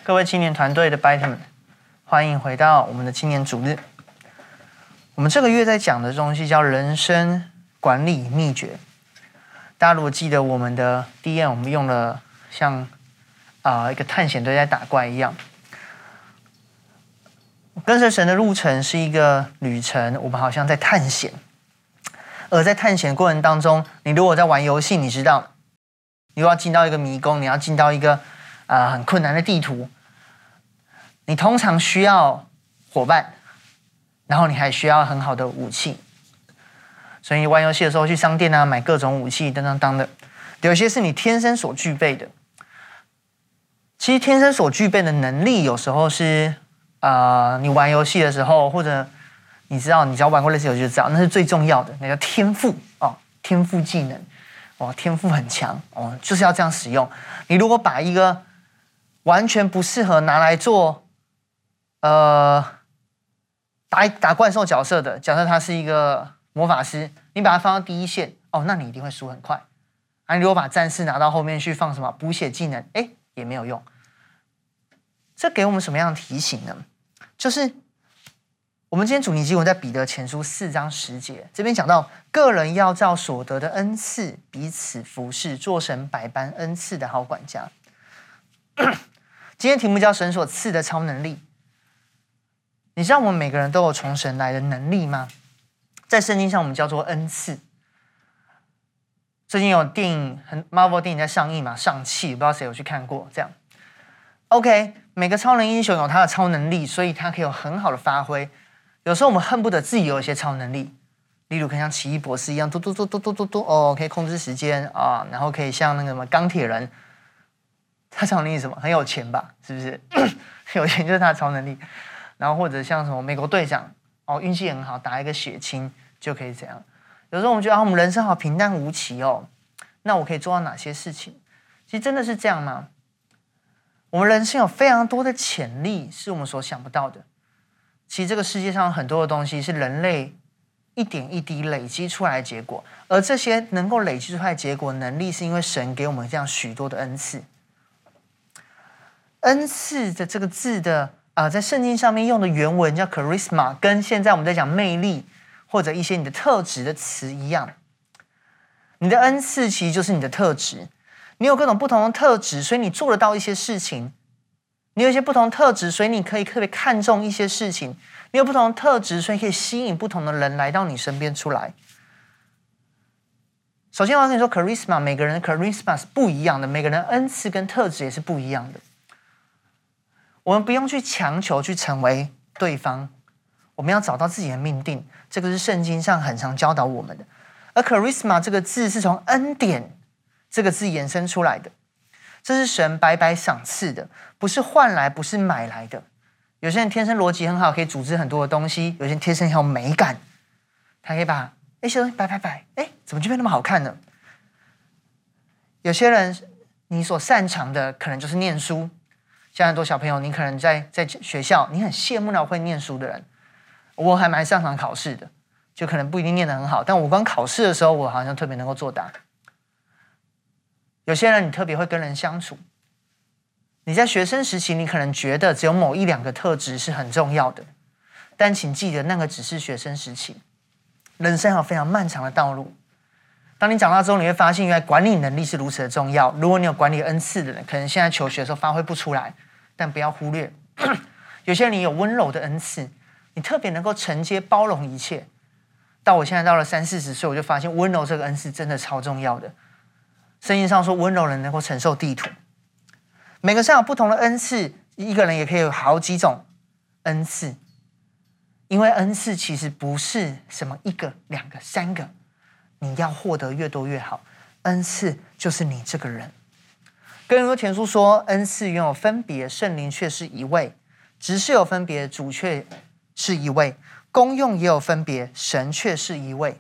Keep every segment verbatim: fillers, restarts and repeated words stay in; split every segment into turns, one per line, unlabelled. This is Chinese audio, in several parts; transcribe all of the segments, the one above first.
各位青年团队的 Biter 们，欢迎回到我们的青年主日。我们这个月在讲的东西叫人生管理秘诀。大家如果记得我们的第一页，我们用了像啊、呃、一个探险队在打怪一样。跟随神的路程是一个旅程，我们好像在探险。而在探险过程当中，你如果在玩游戏，你知道，你如果要进到一个迷宫，你要进到一个啊、呃、很困难的地图，你通常需要伙伴，然后你还需要很好的武器。所以你玩游戏的时候去商店啊买各种武器，等等等的，有些是你天生所具备的。其实天生所具备的能力，有时候是呃你玩游戏的时候，或者你知道，你只要玩过类似游戏就知道，那是最重要的，那叫天赋哦，天赋技能哦，天赋很强哦，就是要这样使用。你如果把一个完全不适合拿来做呃打打怪兽角色的，假设他是一个魔法师，你把它放到第一线哦，那你一定会输很快。啊，你如果把战士拿到后面去放什么补血技能，哎，也没有用。这给我们什么样的提醒呢？就是我们今天主题经文在彼得前书四章十节，这边讲到个人要照所得的恩赐彼此服侍，做神百般恩赐的好管家。今天题目叫神所赐的超能力。你知道我们每个人都有从神来的能力吗？在圣经上我们叫做恩赐。最近有电影，Marvel 电影在上映嘛，上汽，不知道谁有去看过？这样 ，OK， 每个超能英雄有他的超能力，所以他可以有很好的发挥。有时候我们恨不得自己有一些超能力，例如可以像奇异博士一样，嘟嘟嘟嘟嘟嘟嘟，哦，可以控制时间啊，然后可以像那个什么钢铁人，他超能力是什么？很有钱吧？是不是？有钱就是他的超能力。然后或者像什么美国队长，哦，运气很好，打一个血清就可以这样。有时候我们觉得啊，我们人生好平淡无奇哦，那我可以做到哪些事情？其实真的是这样吗？我们人生有非常多的潜力，是我们所想不到的。其实这个世界上很多的东西是人类一点一滴累积出来的结果，而这些能够累积出来的结果能力，是因为神给我们这样许多的恩赐。恩赐的这个字的啊、呃，在圣经上面用的原文叫 charisma， 跟现在我们在讲魅力或者一些你的特质的词一样。你的恩赐其实就是你的特质，你有各种不同的特质，所以你做得到一些事情。你有一些不同的特质，所以你可以特别看重一些事情。你有不同的特质，所以可以吸引不同的人来到你身边出来。首先我要跟你说 charisma， 每个人的 charisma 是不一样的，每个人的恩赐跟特质也是不一样的。我们不用去强求去成为对方，我们要找到自己的命定，这个是圣经上很常教导我们的。而 charisma 这个字是从恩典这个字衍生出来的，这是神白白赏赐的，不是换来，不是买来的。有些人天生逻辑很好，可以组织很多的东西；有些人天生很有美感，他可以把一些东西摆摆摆，哎，怎么就变那么好看呢？有些人你所擅长的可能就是念书。像很多小朋友，你可能在在学校，你很羡慕那会念书的人。我还蛮擅长考试的，就可能不一定念得很好，但我光考试的时候，我好像特别能够作答。有些人你特别会跟人相处，你在学生时期，你可能觉得只有某一两个特质是很重要的，但请记得那个只是学生时期，人生有非常漫长的道路。当你长大之后，你会发现原来管理能力是如此的重要。如果你有管理恩赐的人，可能现在求学的时候发挥不出来，但不要忽略。有些人你有温柔的恩赐，你特别能够承接包容一切。到我现在到了三四十岁，我就发现温柔这个恩赐真的超重要的。圣经上说，温柔人能够承受地土。每个人有不同的恩赐，一个人也可以有好几种恩赐，因为恩赐其实不是什么一个、两个、三个。你要获得越多越好，恩赐就是你这个人。哥林多前书说，恩赐原有分别，圣灵却是一位；职事有分别，主却是一位；功用也有分别，神却是一位。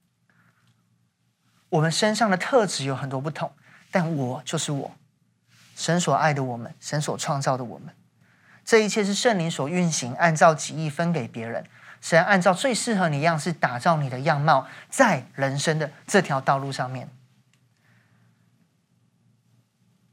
我们身上的特质有很多不同，但我就是我，神所爱的我们，神所创造的我们。这一切是圣灵所运行，按照己意分给别人。神按照最适合你样式打造你的样貌，在人生的这条道路上面。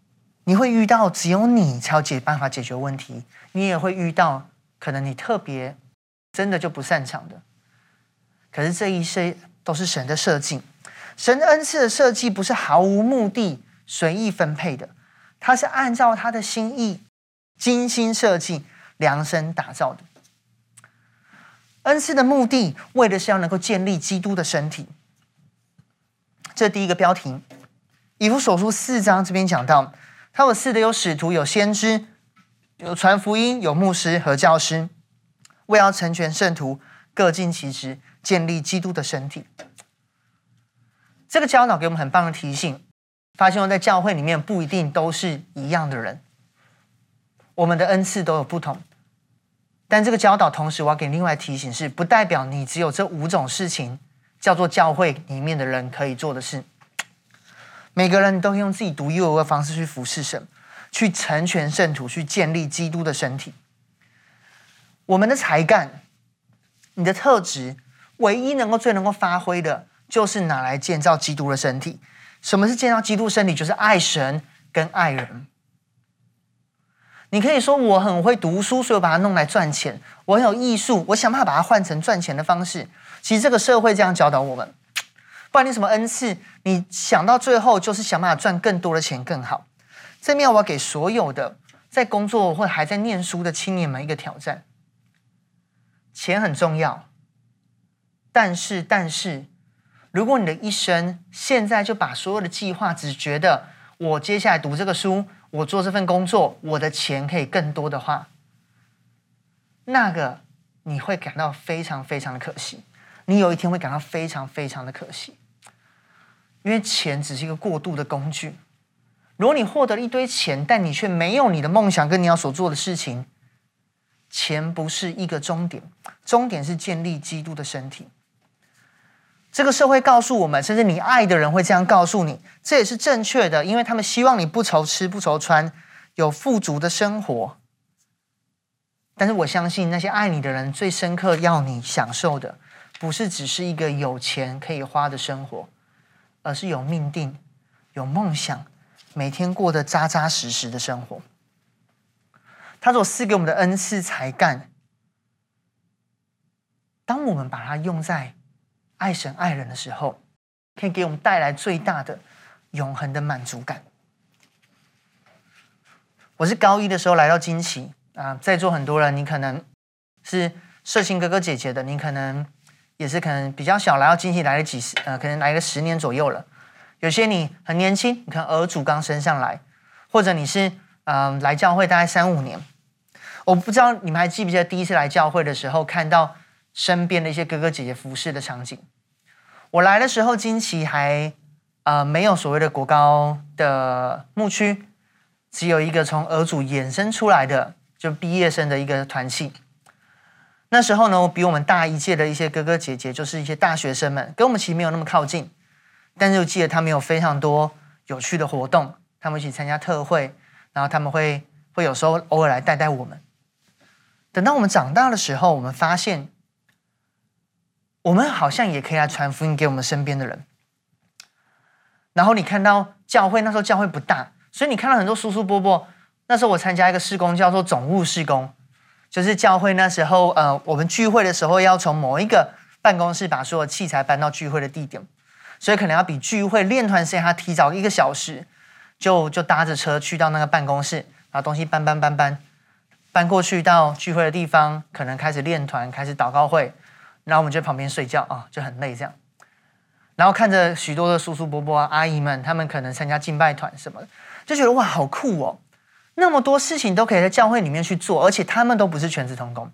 你会遇到只有你才有解办法解决问题，你也会遇到可能你特别真的就不擅长的。可是这一切都是神的设计，神的恩赐的设计不是毫无目的随意分配的，它是按照他的心意精心设计量身打造的。恩赐的目的为的是要能够建立基督的身体。这第一个标题，以弗所书四章这边讲到，他有四的有使徒，有先知，有传福音，有牧师和教师，为要成全圣徒，各尽其职，建立基督的身体。这个教导给我们很棒的提醒，发现在教会里面不一定都是一样的人，我们的恩赐都有不同。但这个教导同时我要给另外提醒是，不代表你只有这五种事情叫做教会里面的人可以做的事。每个人都可以用自己独一无二的方式去服侍神，去成全圣徒，去建立基督的身体。我们的才干，你的特质，唯一能够最能够发挥的就是拿来建造基督的身体。什么是建造基督身体？就是爱神跟爱人。你可以说我很会读书，所以我把它弄来赚钱，我很有艺术，我想办法把它换成赚钱的方式。其实这个社会这样教导我们，不然你什么恩赐，你想到最后就是想办法赚更多的钱更好。这面我要给所有的在工作或还在念书的青年们一个挑战：钱很重要，但是但是如果你的一生现在就把所有的计划只觉得我接下来读这个书，我做这份工作，我的钱可以更多的话，那个你会感到非常非常的可惜。你有一天会感到非常非常的可惜，因为钱只是一个过渡的工具。如果你获得了一堆钱，但你却没有你的梦想跟你要所做的事情，钱不是一个终点，终点是建立基督的身体。这个社会告诉我们，甚至你爱的人会这样告诉你，这也是正确的，因为他们希望你不愁吃不愁穿，有富足的生活。但是我相信那些爱你的人最深刻要你享受的，不是只是一个有钱可以花的生活，而是有命定、有梦想，每天过得扎扎实实的生活。他所赐给我们的恩赐才干，当我们把它用在爱神爱人的时候，可以给我们带来最大的永恒的满足感。我是高一的时候来到金旗啊，在座很多人，你可能是社青哥哥姐姐的，你可能也是可能比较小，来到金旗来了几十呃，可能来了十年左右了。有些你很年轻，你看儿主刚升上来，或者你是嗯、呃、来教会大概三五年。我不知道你们还记不记得第一次来教会的时候，看到身边的一些哥哥姐姐服侍的场景。我来的时候，金旗还呃没有所谓的国高的牧区，只有一个从儿主衍生出来的就毕业生的一个团契。那时候呢，比我们大一届的一些哥哥姐姐，就是一些大学生们，跟我们其实没有那么靠近，但是我记得他们有非常多有趣的活动，他们一起参加特会，然后他们会会有时候偶尔来带带我们。等到我们长大的时候，我们发现我们好像也可以来传福音给我们身边的人。然后你看到教会，那时候教会不大，所以你看到很多叔叔伯伯。那时候我参加一个事工叫做总务事工，就是教会那时候呃，我们聚会的时候要从某一个办公室把所有器材搬到聚会的地点，所以可能要比聚会练团时间还提早一个小时，就就搭着车去到那个办公室，把东西搬搬搬搬搬过去到聚会的地方，可能开始练团，开始祷告会。然后我们就在旁边睡觉啊，就很累这样。然后看着许多的叔叔伯伯啊、阿姨们，他们可能参加敬拜团什么的，就觉得哇，好酷哦！那么多事情都可以在教会里面去做，而且他们都不是全职同工。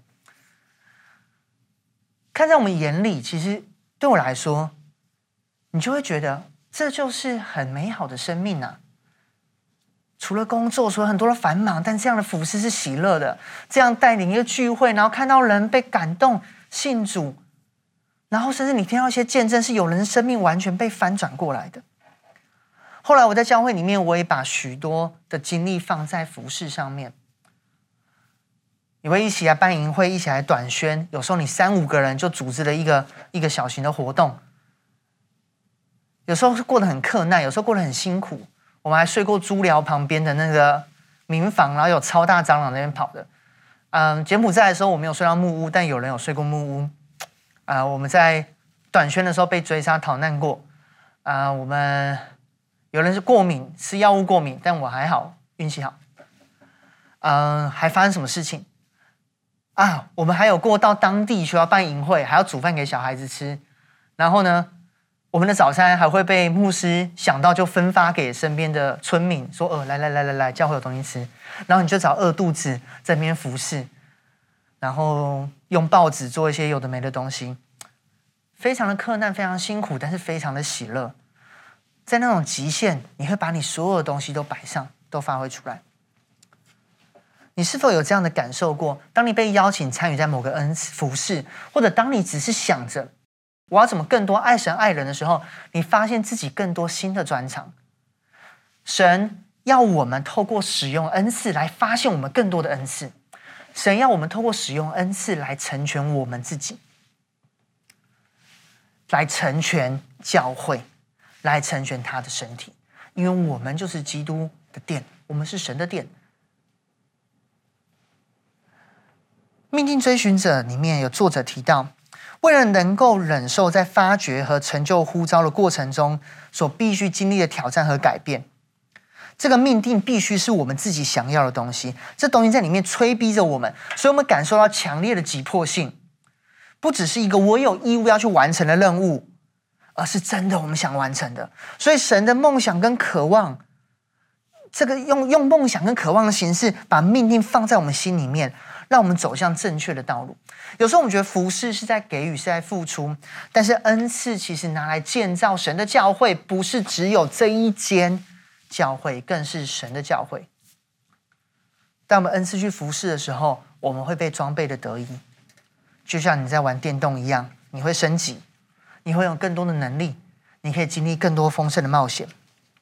看在我们眼里，其实对我来说，你就会觉得这就是很美好的生命啊！除了工作，除了很多的繁忙，但这样的服事是喜乐的。这样带领一个聚会，然后看到人被感动、信主。然后甚至你听到一些见证，是有人生命完全被翻转过来的。后来我在教会里面，我也把许多的精力放在服事上面。你会一起来办营会，一起来短宣，有时候你三五个人就组织了一个一个小型的活动。有时候是过得很克难，有时候过得很辛苦。 我们还睡过猪寮旁边的那个民房，然后有超大蟑螂在那边跑的。嗯，柬埔寨的时候我没有睡到木屋，但有人有睡过木屋。啊、呃，我们在短宣的时候被追杀逃难过。啊、呃，我们有人是过敏，吃药物过敏，但我还好，运气好。嗯、呃，还发生什么事情啊？我们还有过到当地需要办营会，还要煮饭给小孩子吃。然后呢，我们的早餐还会被牧师想到就分发给身边的村民，说：“呃，来来来来来，教会有东西吃。”然后你就找饿肚子在那边服侍，然后用报纸做一些有的没的东西，非常的克难，非常辛苦，但是非常的喜乐。在那种极限，你会把你所有的东西都摆上，都发挥出来。你是否有这样的感受过？当你被邀请参与在某个恩赐服侍，或者当你只是想着我要怎么更多爱神爱人的时候，你发现自己更多新的专长。神要我们透过使用恩赐来发现我们更多的恩赐，神要我们透过使用恩赐来成全我们自己，来成全教会，来成全他的身体，因为我们就是基督的殿，我们是神的殿。命定追寻者里面有作者提到，为了能够忍受在发掘和成就呼召的过程中所必须经历的挑战和改变，这个命定必须是我们自己想要的东西，这东西在里面催逼着我们，所以我们感受到强烈的急迫性，不只是一个我有义务要去完成的任务，而是真的我们想完成的。所以神的梦想跟渴望，这个用用梦想跟渴望的形式把命定放在我们心里面，让我们走向正确的道路。有时候我们觉得服事是在给予，是在付出，但是恩赐其实拿来建造神的教会，不是只有这一间教会，更是神的教会。当我们恩赐去服事的时候，我们会被装备的得意，就像你在玩电动一样，你会升级，你会有更多的能力，你可以经历更多丰盛的冒险。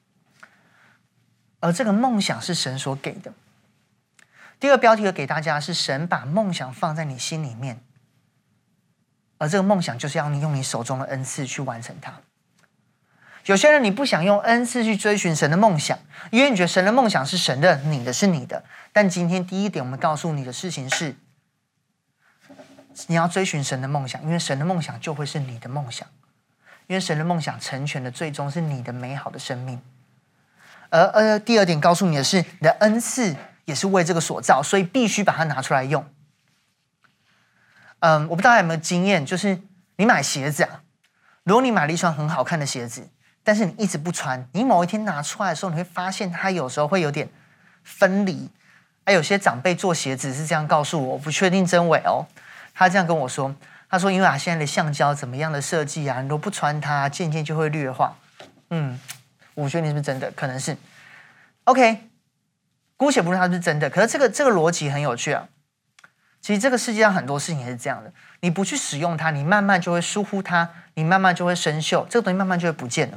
而这个梦想是神所给的。第二个标题给大家是神把梦想放在你心里面，而这个梦想就是要你用你手中的恩赐去完成它。有些人你不想用恩赐去追寻神的梦想，因为你觉得神的梦想是神的，你的是你的。但今天第一点我们告诉你的事情是，你要追寻神的梦想，因为神的梦想就会是你的梦想，因为神的梦想成全的最终是你的美好的生命。而而第二点告诉你的是，你的恩赐也是为这个所造，所以必须把它拿出来用。嗯，我不知道大家有没有经验，就是你买鞋子啊，如果你买了一双很好看的鞋子，但是你一直不穿，你某一天拿出来的时候，你会发现它有时候会有点分离。哎，有些长辈做鞋子是这样告诉我，我不确定真伪哦。他这样跟我说，他说因为啊现在的橡胶怎么样的设计啊，你都不穿它，渐渐就会劣化。嗯，我不确定是不是真的，可能是。OK。姑且不论它是真的，可是这个这个逻辑很有趣啊。其实这个世界上很多事情也是这样的，你不去使用它，你慢慢就会疏忽它，你慢慢就会生锈，这个东西慢慢就会不见了。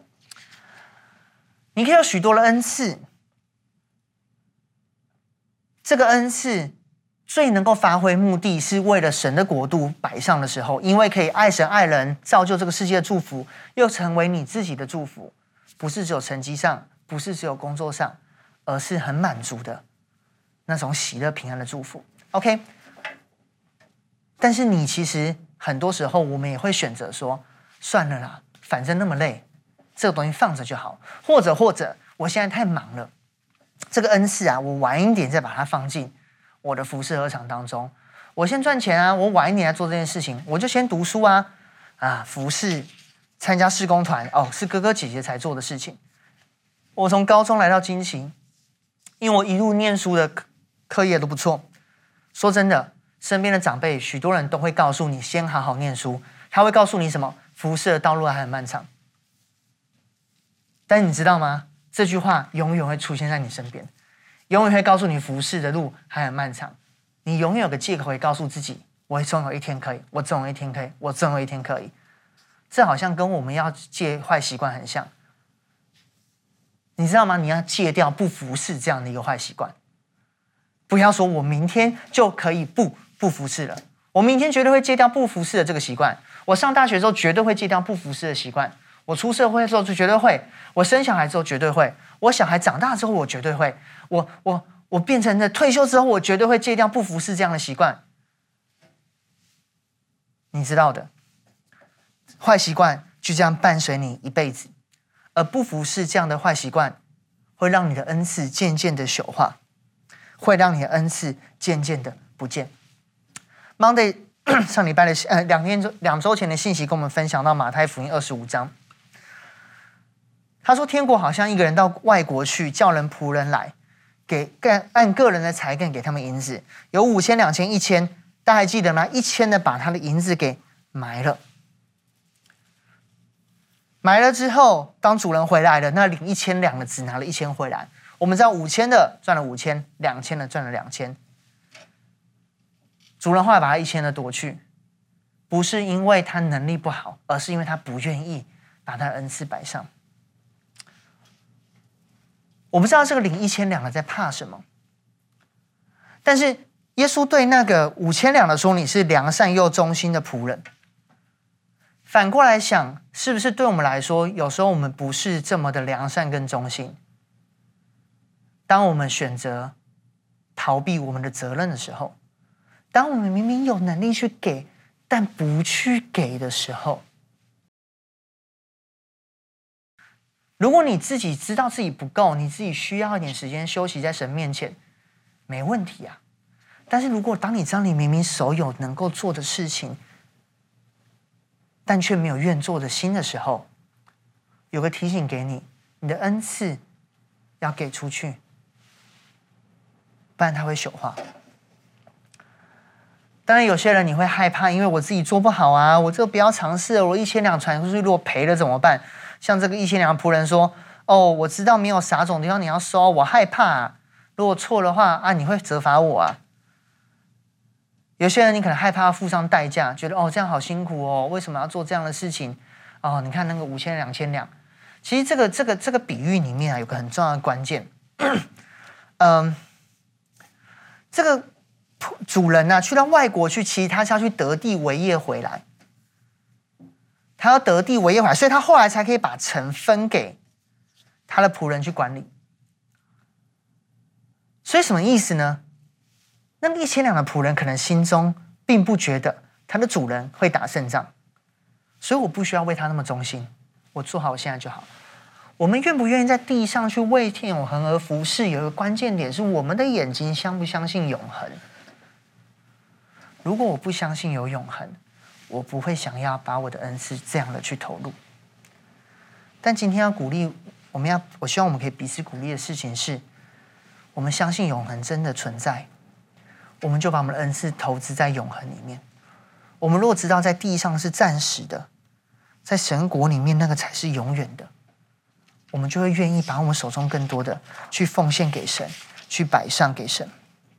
你可以有许多的恩赐，这个恩赐最能够发挥目的是为了神的国度摆上的时候，因为可以爱神爱人，造就这个世界的祝福，又成为你自己的祝福，不是只有成绩上，不是只有工作上，而是很满足的那种喜乐平安的祝福。 OK， 但是你其实很多时候我们也会选择说算了啦，反正那么累，这个东西放着就好，或者或者我现在太忙了，这个恩赐啊我晚一点再把它放进我的服事合场当中，我先赚钱啊，我晚一点来做这件事情，我就先读书啊啊服事参加事工团，哦是哥哥姐姐才做的事情。我从高中来到金旗，因为我一路念书的课业都不错，说真的，身边的长辈许多人都会告诉你先好好念书，他会告诉你什么服事的道路还很漫长。但你知道吗？这句话永远会出现在你身边，永远会告诉你服事的路还很漫长。你永远有个借口会告诉自己，我总有一天可以，我总有一天可以，我总有一天可以。这好像跟我们要戒坏习惯很像。你知道吗？你要戒掉不服事这样的一个坏习惯。不要说我明天就可以不不服事了，我明天绝对会戒掉不服事的这个习惯。我上大学之后绝对会戒掉不服事的习惯。我出社会之后就绝对会，我生小孩之后绝对会， 我小孩长大之后，我绝对会，我我我变成了退休之后，我绝对会戒掉不服侍这样的习惯。你知道的，坏习惯就这样伴随你一辈子，而不服侍这样的坏习惯，会让你的恩赐渐渐的朽化，会让你的恩赐渐渐的不见。Monday 上礼拜的呃两天两周前的信息跟我们分享到马太福音二十五章，他说天国好像一个人到外国去，叫人仆人来，给按个人的才干给他们银子，有五千、两千、一千，大家还记得吗？一千的把他的银子给埋了，埋了之后，当主人回来了，那领一千两的只拿了一千回来。我们知道五千的赚了五千，两千的赚了两千。主人后来把他一千的夺去，不是因为他能力不好，而是因为他不愿意把他的恩赐摆上。我不知道这个领一千两的在怕什么，但是耶稣对那个五千两的说：“你是良善又忠心的仆人。”反过来想，是不是对我们来说，有时候我们不是这么的良善跟忠心？当我们选择逃避我们的责任的时候，当我们明明有能力去给，但不去给的时候，如果你自己知道自己不够，你自己需要一点时间休息在神面前，没问题啊。但是如果当你知道你明明手有能够做的事情，但却没有愿做的心的时候，有个提醒给你，你的恩赐要给出去，不然它会朽化。当然有些人你会害怕，因为我自己做不好啊，我这个不要尝试了，我一千两传出去，如果赔了怎么办？像这个一千两仆人说：“哦，我知道没有撒种的地方你要收，我害怕啊，如果错的话啊，你会责罚我啊。”有些人你可能害怕付上代价，觉得哦这样好辛苦哦，为什么要做这样的事情？哦，你看那个五千两千两，其实这个这个这个比喻里面啊，有个很重要的关键，嗯，这个主人啊，去到外国去，其实他是要去得地为业回来，他要得地为业回来，所以他后来才可以把城分给他的仆人去管理。所以什么意思呢？那么一千两的仆人可能心中并不觉得他的主人会打胜仗，所以我不需要为他那么忠心，我做好我现在就好。我们愿不愿意在地上去为天永恒而服侍？有一个关键点是我们的眼睛相不相信永恒。如果我不相信有永恒，我不会想要把我的恩赐这样的去投入。但今天要鼓励我们要，我希望我们可以彼此鼓励的事情是，我们相信永恒真的存在，我们就把我们的恩赐投资在永恒里面。我们若知道在地上是暂时的，在神国里面那个才是永远的，我们就会愿意把我们手中更多的去奉献给神，去摆上给神。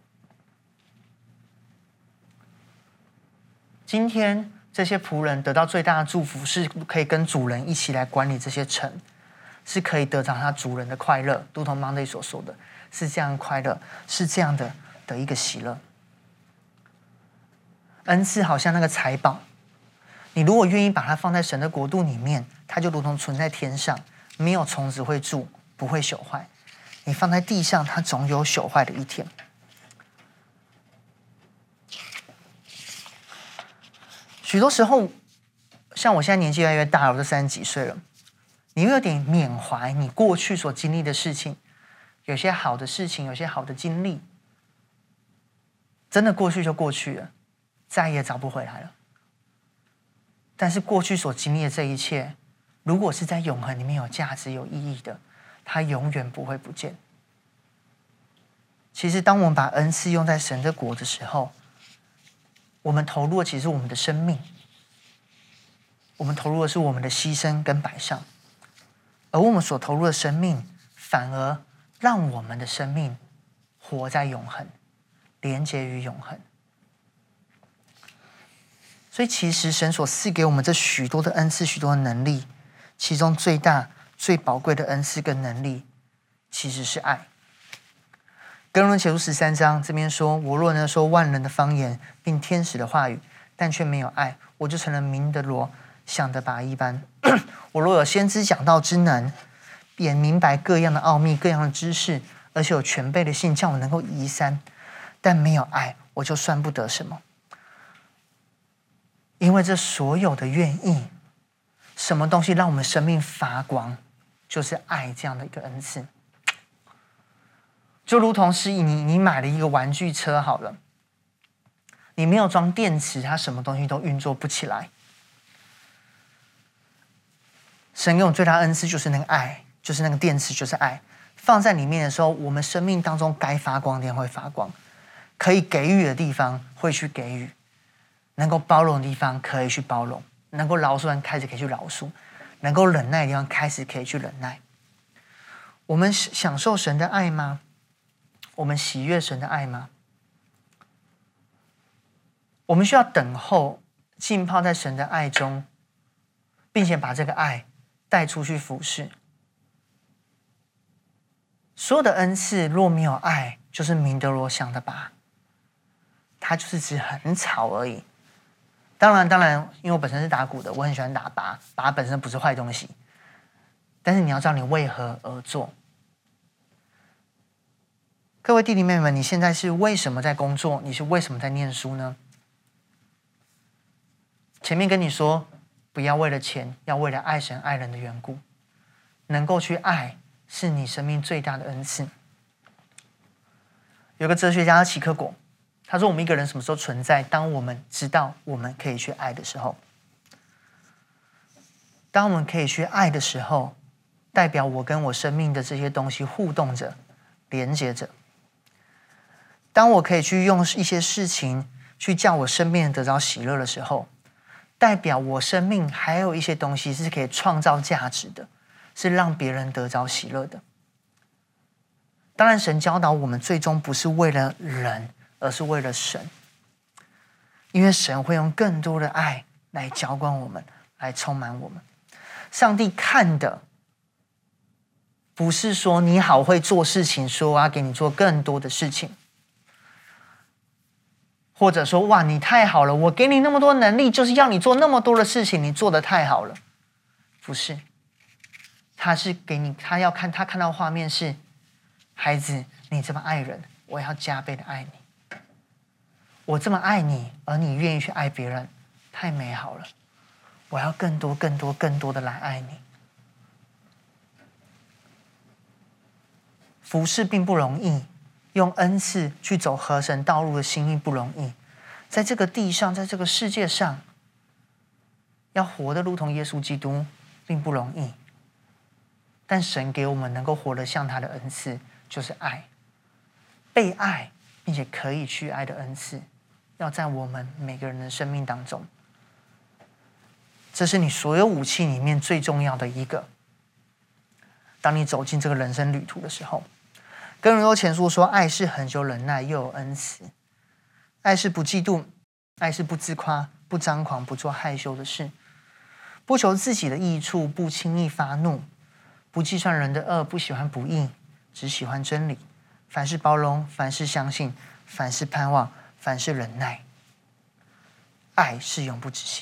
今天这些仆人得到最大的祝福，是可以跟主人一起来管理这些城，是可以得到他主人的快乐，如同 Monday 所说的，是这样快乐，是这样的的一个喜乐。恩赐好像那个财宝，你如果愿意把它放在神的国度里面，它就如同存在天上，没有虫子会住，不会朽坏。你放在地上，它总有朽坏的一天。许多时候，像我现在年纪越来越大了，我都三十几岁了，你会有点缅怀你过去所经历的事情，有些好的事情，有些好的经历，真的过去就过去了，再也找不回来了。但是过去所经历的这一切，如果是在永恒里面有价值、有意义的，它永远不会不见。其实，当我们把恩赐用在神的国的时候，我们投入的其实是我们的生命，我们投入的是我们的牺牲跟摆上，而我们所投入的生命，反而让我们的生命活在永恒，连结于永恒。所以其实神所赐给我们这许多的恩赐，许多的能力，其中最大最宝贵的恩赐跟能力其实是爱。哥林多前书十三章这边说，我若能说万人的方言并天使的话语，但却没有爱，我就成了鸣的锣，响的钹一般。我若有先知讲道之能， 也明白各样的奥秘、各样的知识，而且有全备的信，叫我能够移山。但没有爱，我就算不得什么。因为这所有的愿意，什么东西让我们生命发光，就是爱这样的一个恩赐。就如同是你你买了一个玩具车好了，你没有装电池，它什么东西都运作不起来。神给我们最大的恩赐就是那个爱，就是那个电池，就是爱。放在里面的时候，我们生命当中该发光的地方会发光，可以给予的地方会去给予，能够包容的地方可以去包容，能够饶恕的人开始可以去饶恕，能够忍耐的地方开始可以去忍耐。我们享受神的爱吗？我们喜悦神的爱吗？我们需要等候浸泡在神的爱中，并且把这个爱带出去服侍。所有的恩赐若没有爱，就是明德罗想的拔，它就是只很吵而已。当然当然因为我本身是打鼓的，我很喜欢打拔，拔本身不是坏东西，但是你要知道你为何而做。各位弟弟妹妹们，你现在是为什么在工作？你是为什么在念书呢？前面跟你说不要为了钱，要为了爱神爱人的缘故，能够去爱是你生命最大的恩赐。有个哲学家叫齐克果，他说我们一个人什么时候存在？当我们知道我们可以去爱的时候。当我们可以去爱的时候，代表我跟我生命的这些东西互动着，连接着。当我可以去用一些事情去叫我生命得到喜乐的时候，代表我生命还有一些东西是可以创造价值的，是让别人得着喜乐的。当然神教导我们最终不是为了人，而是为了神，因为神会用更多的爱来浇灌我们，来充满我们。上帝看的不是说你好会做事情，说我要给你做更多的事情，或者说哇你太好了，我给你那么多能力就是要你做那么多的事情，你做得太好了。不是，他是给你，他要看他看到画面是孩子，你这么爱人，我要加倍的爱你。我这么爱你，而你愿意去爱别人，太美好了。我要更多更多更多的来爱你。服事并不容易，用恩赐去走合神道路的心意不容易。在这个地上，在这个世界上，要活得如同耶稣基督并不容易。但神给我们能够活得像他的恩赐，就是爱，被爱并且可以去爱的恩赐，要在我们每个人的生命当中。这是你所有武器里面最重要的一个。当你走进这个人生旅途的时候，哥林多前书说，爱是恒久忍耐，又有恩慈；爱是不嫉妒，爱是不自夸，不张狂，不做害羞的事，不求自己的益处，不轻易发怒，不计算人的恶，不喜欢不义，只喜欢真理。凡事包容，凡事相信，凡事盼望，凡事忍耐。爱是永不止息。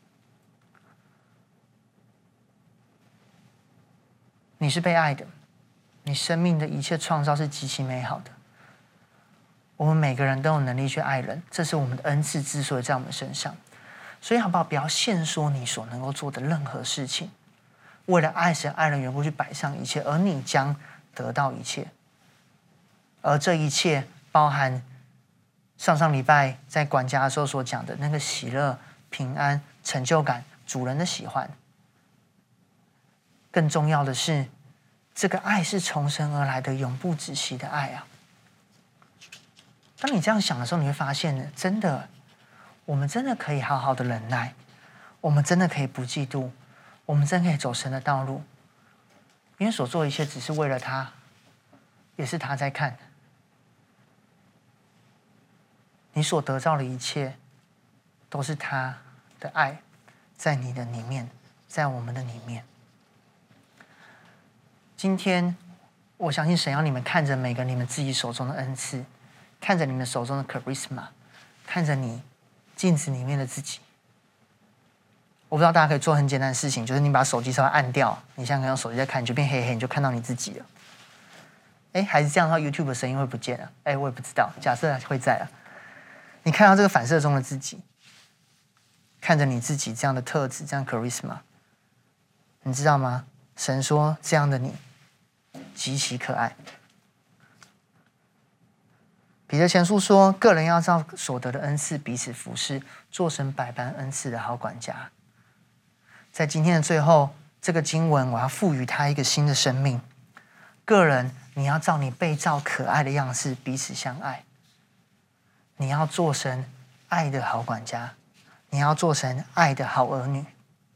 你是被爱的，你生命的一切创造是极其美好的。我们每个人都有能力去爱人，这是我们的恩赐之所以在我们身上。所以好不好？不要限缩你所能够做的任何事情，为了爱神爱人缘故去摆上一切，而你将得到一切。而这一切包含上上礼拜在管家的时候所讲的那个喜乐、平安、成就感、主人的喜欢。更重要的是，这个爱是从神而来的永不止息的爱啊！当你这样想的时候，你会发现呢，真的，我们真的可以好好的忍耐，我们真的可以不嫉妒，我们真的可以走神的道路，因为所做的一切只是为了他，也是他在看。你所得到的一切，都是他的爱，在你的里面，在我们的里面。今天，我相信神要你们看着每个你们自己手中的恩赐，看着你们手中的 charisma， 看着你镜子里面的自己。 我不知道大家可以做很简单的事情，就是你把手机稍微按掉，你现在可以用手机在看，你就变黑黑，你就看到你自己了。哎，还是这样的话 ，YouTube 的声音会不见了。哎，我也不知道，假设会在了。你看到这个反射中的自己，看着你自己这样的特质，这样 charisma， 你知道吗？神说这样的你极其可爱。彼得前书说，个人要照所得的恩赐彼此服侍，做神百般恩赐的好管家。在今天的最后，这个经文我要赋予它一个新的生命。个人，你要照你被造可爱的样式彼此相爱。你要做神爱的好管家，你要做神爱的好儿女。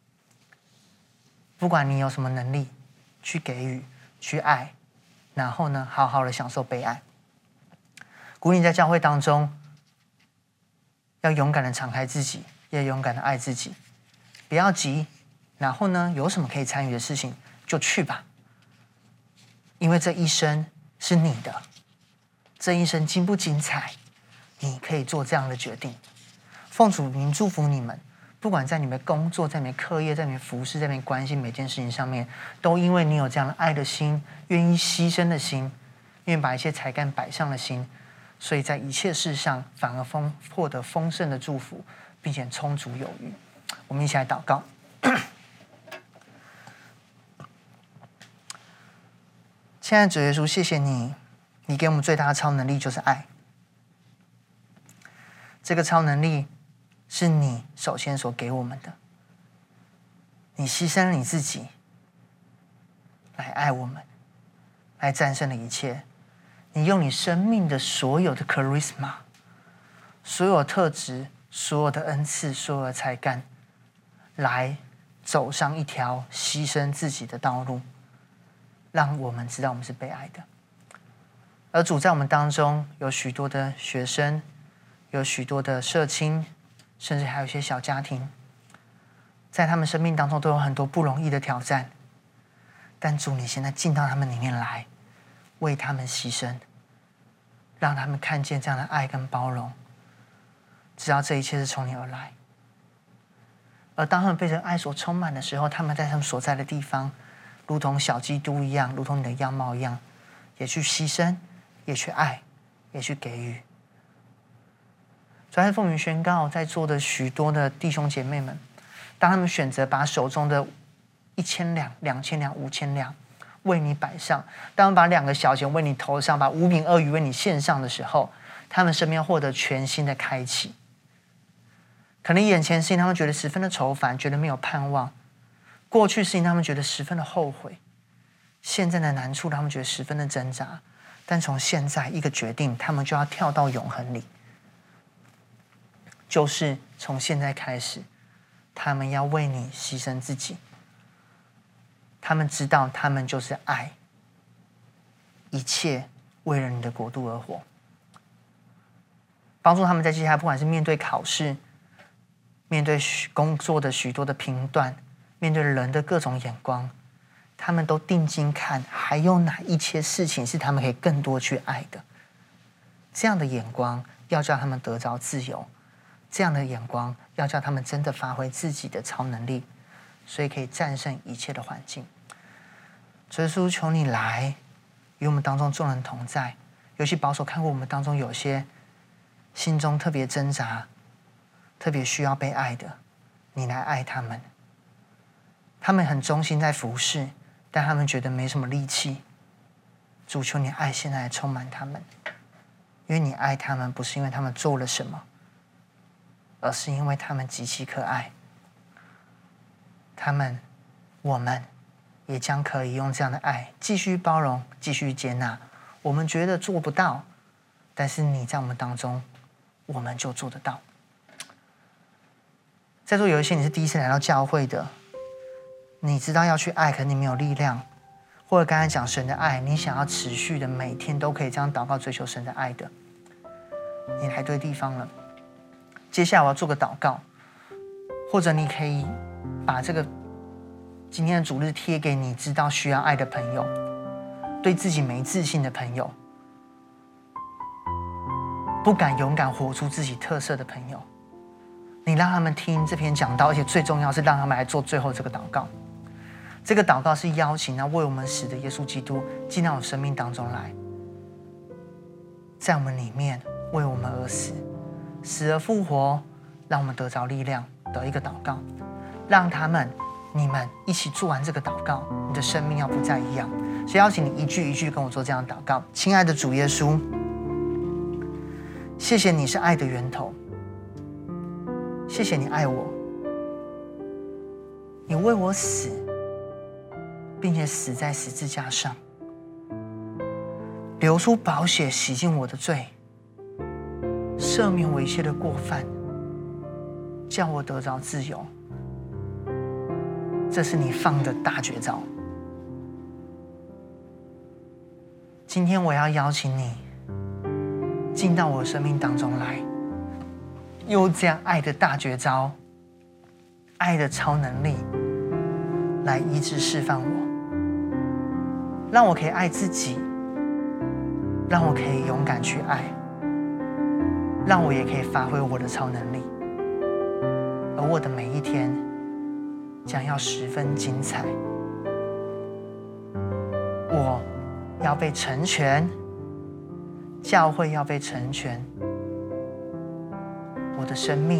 不管你有什么能力，去给予，去爱，然后呢，好好的享受被爱。鼓励你在教会当中，要勇敢的敞开自己，也勇敢的爱自己，不要急。然后呢，有什么可以参与的事情就去吧，因为这一生是你的，这一生精不精彩，你可以做这样的决定。奉主名祝福你们，不管在你们工作、在你们课业、在你们服侍、在你们关心每件事情上面，都因为你有这样的爱的心，愿意牺牲的心，愿意把一切才干摆上的心，所以在一切事上反而丰获得丰盛的祝福，并且充足有余。我们一起来祷告。亲爱的主耶稣，谢谢你，你给我们最大的超能力就是爱。这个超能力是你首先所给我们的，你牺牲了你自己来爱我们，来战胜了一切。你用你生命的所有的 charisma， 所有特质，所有的恩赐，所有的才干，来走上一条牺牲自己的道路，让我们知道我们是被爱的。而主在我们当中有许多的学生，有许多的社青，甚至还有一些小家庭，在他们生命当中都有很多不容易的挑战。但主，你现在进到他们里面来，为他们牺牲，让他们看见这样的爱跟包容，知道这一切是从你而来。而当他们被这爱所充满的时候，他们在他们所在的地方，如同小基督一样，如同你的样貌一样，也去牺牲，也去爱，也去给予。所以奉名宣告，在座的许多的弟兄姐妹们，当他们选择把手中的一千两、两千两、五千两为你摆上，当他们把两个小钱为你投上，把五饼二鱼为你献上的时候，他们身边获得全新的开启。可能眼前事情他们觉得十分的愁烦，觉得没有盼望；过去事情他们觉得十分的后悔；现在的难处他们觉得十分的挣扎。但从现在一个决定，他们就要跳到永恒里，就是从现在开始，他们要为你牺牲自己。他们知道他们就是爱，一切为了你的国度而活。帮助他们在接下来不管是面对考试，面对工作的许多的评断，面对人的各种眼光，他们都定睛看还有哪一些事情是他们可以更多去爱的。这样的眼光要叫他们得着自由，这样的眼光要叫他们真的发挥自己的超能力，所以可以战胜一切的环境。主耶稣，求你来与我们当中众人同在，尤其保守看过我们当中有些心中特别挣扎，特别需要被爱的，你来爱他们。他们很忠心在服侍，但他们觉得没什么力气。主，求你爱现在来充满他们，因为你爱他们不是因为他们做了什么，而是因为他们极其可爱。他们，我们也将可以用这样的爱继续包容，继续接纳。我们觉得做不到，但是你在我们当中，我们就做得到。在座有一些你是第一次来到教会的，你知道要去爱，可是你没有力量，或者刚才讲神的爱，你想要持续的每天都可以这样祷告追求神的爱的，你来对地方了。接下来我要做个祷告，或者你可以把这个今天的主日贴给你知道需要爱的朋友，对自己没自信的朋友，不敢勇敢活出自己特色的朋友， 你让他们听这篇讲道，而且最重要是让他们来做最后这个祷告。这个祷告是邀请那为我们死的耶稣基督进到我生命当中来，在我们里面为我们而死，死而复活，让我们得着力量的一个祷告。让他们、你们一起做完这个祷告，你的生命要不再一样。所以邀请你一句一句跟我做这样的祷告。亲爱的主耶稣，谢谢你是爱的源头，谢谢你爱我，你为我死，并且死在十字架上，流出宝血洗净我的罪，赦免我一切的过犯，叫我得着自由。这是你放的大绝招。今天我要邀请你进到我的生命当中来，用这样爱的大绝招、爱的超能力来医治释放我，让我可以爱自己，让我可以勇敢去爱，让我也可以发挥我的超能力，而我的每一天将要十分精彩。我要被成全，教会要被成全，我的生命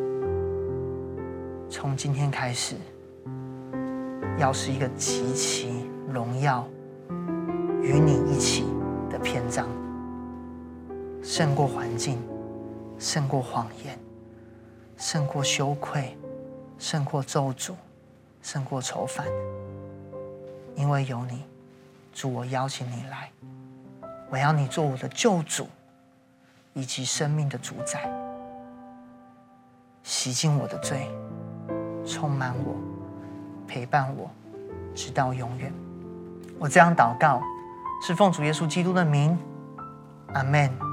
从今天开始要是一个极其荣耀与你一起的篇章，胜过环境，胜过谎言，胜过羞愧，胜过咒诅，胜过愁烦。因为有你，主，我邀请你来，我要你做我的救主以及生命的主宰，洗净我的罪，充满我，陪伴我直到永远。我这样祷告是奉主耶稣基督的名，阿们。